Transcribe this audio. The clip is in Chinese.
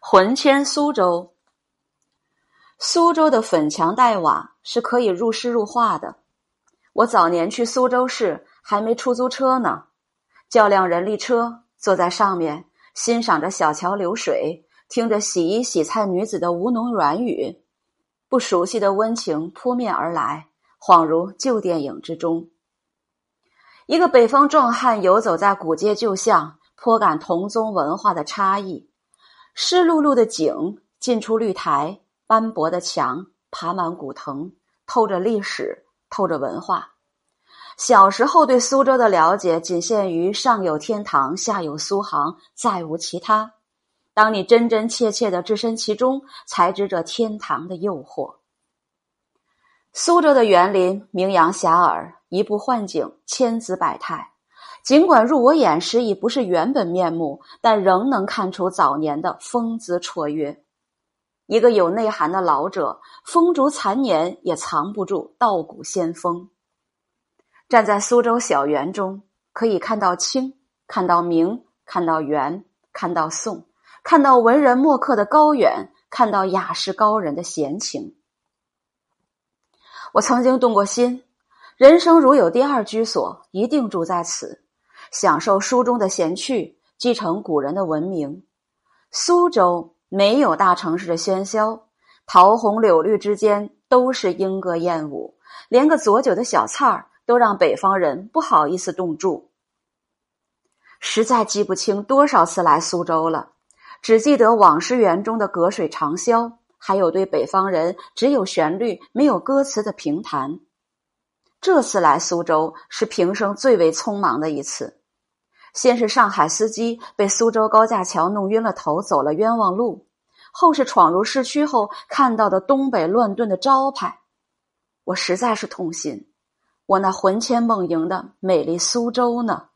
魂牵苏州。苏州的粉墙黛瓦是可以入诗入画的。我早年去苏州市还没出租车呢，叫辆人力车，坐在上面欣赏着小桥流水，听着洗衣洗菜女子的吴侬软语，不熟悉的温情扑面而来，恍如旧电影之中。一个北方壮汉游走在古街旧巷，颇感同宗文化的差异。湿漉漉的景，近出绿台，斑驳的墙，爬满古藤，透着历史，透着文化。小时候对苏州的了解仅限于上有天堂，下有苏杭，再无其他。当你真真切切地置身其中，才知这天堂的诱惑。苏州的园林名扬遐迩，一步幻景，千姿百态。尽管入我眼时已不是原本面目，但仍能看出早年的风姿绰约。一个有内涵的老者，风烛残年也藏不住道骨仙风。站在苏州小园中，可以看到清，看到明，看到元，看到宋，看到文人墨客的高远，看到雅士高人的闲情。我曾经动过心，人生如有第二居所，一定住在此，享受书中的闲趣，继承古人的文明。苏州没有大城市的喧嚣，桃红柳绿之间都是莺歌燕舞，连个佐酒的小菜儿都让北方人不好意思动住。实在记不清多少次来苏州了，只记得往事园中的隔水长啸，还有对北方人只有旋律没有歌词的评弹。这次来苏州是平生最为匆忙的一次。先是上海司机被苏州高架桥弄晕了头，走了冤枉路，后是闯入市区后看到的东北乱炖的招牌。我实在是痛心，我那魂牵梦萦的美丽苏州呢？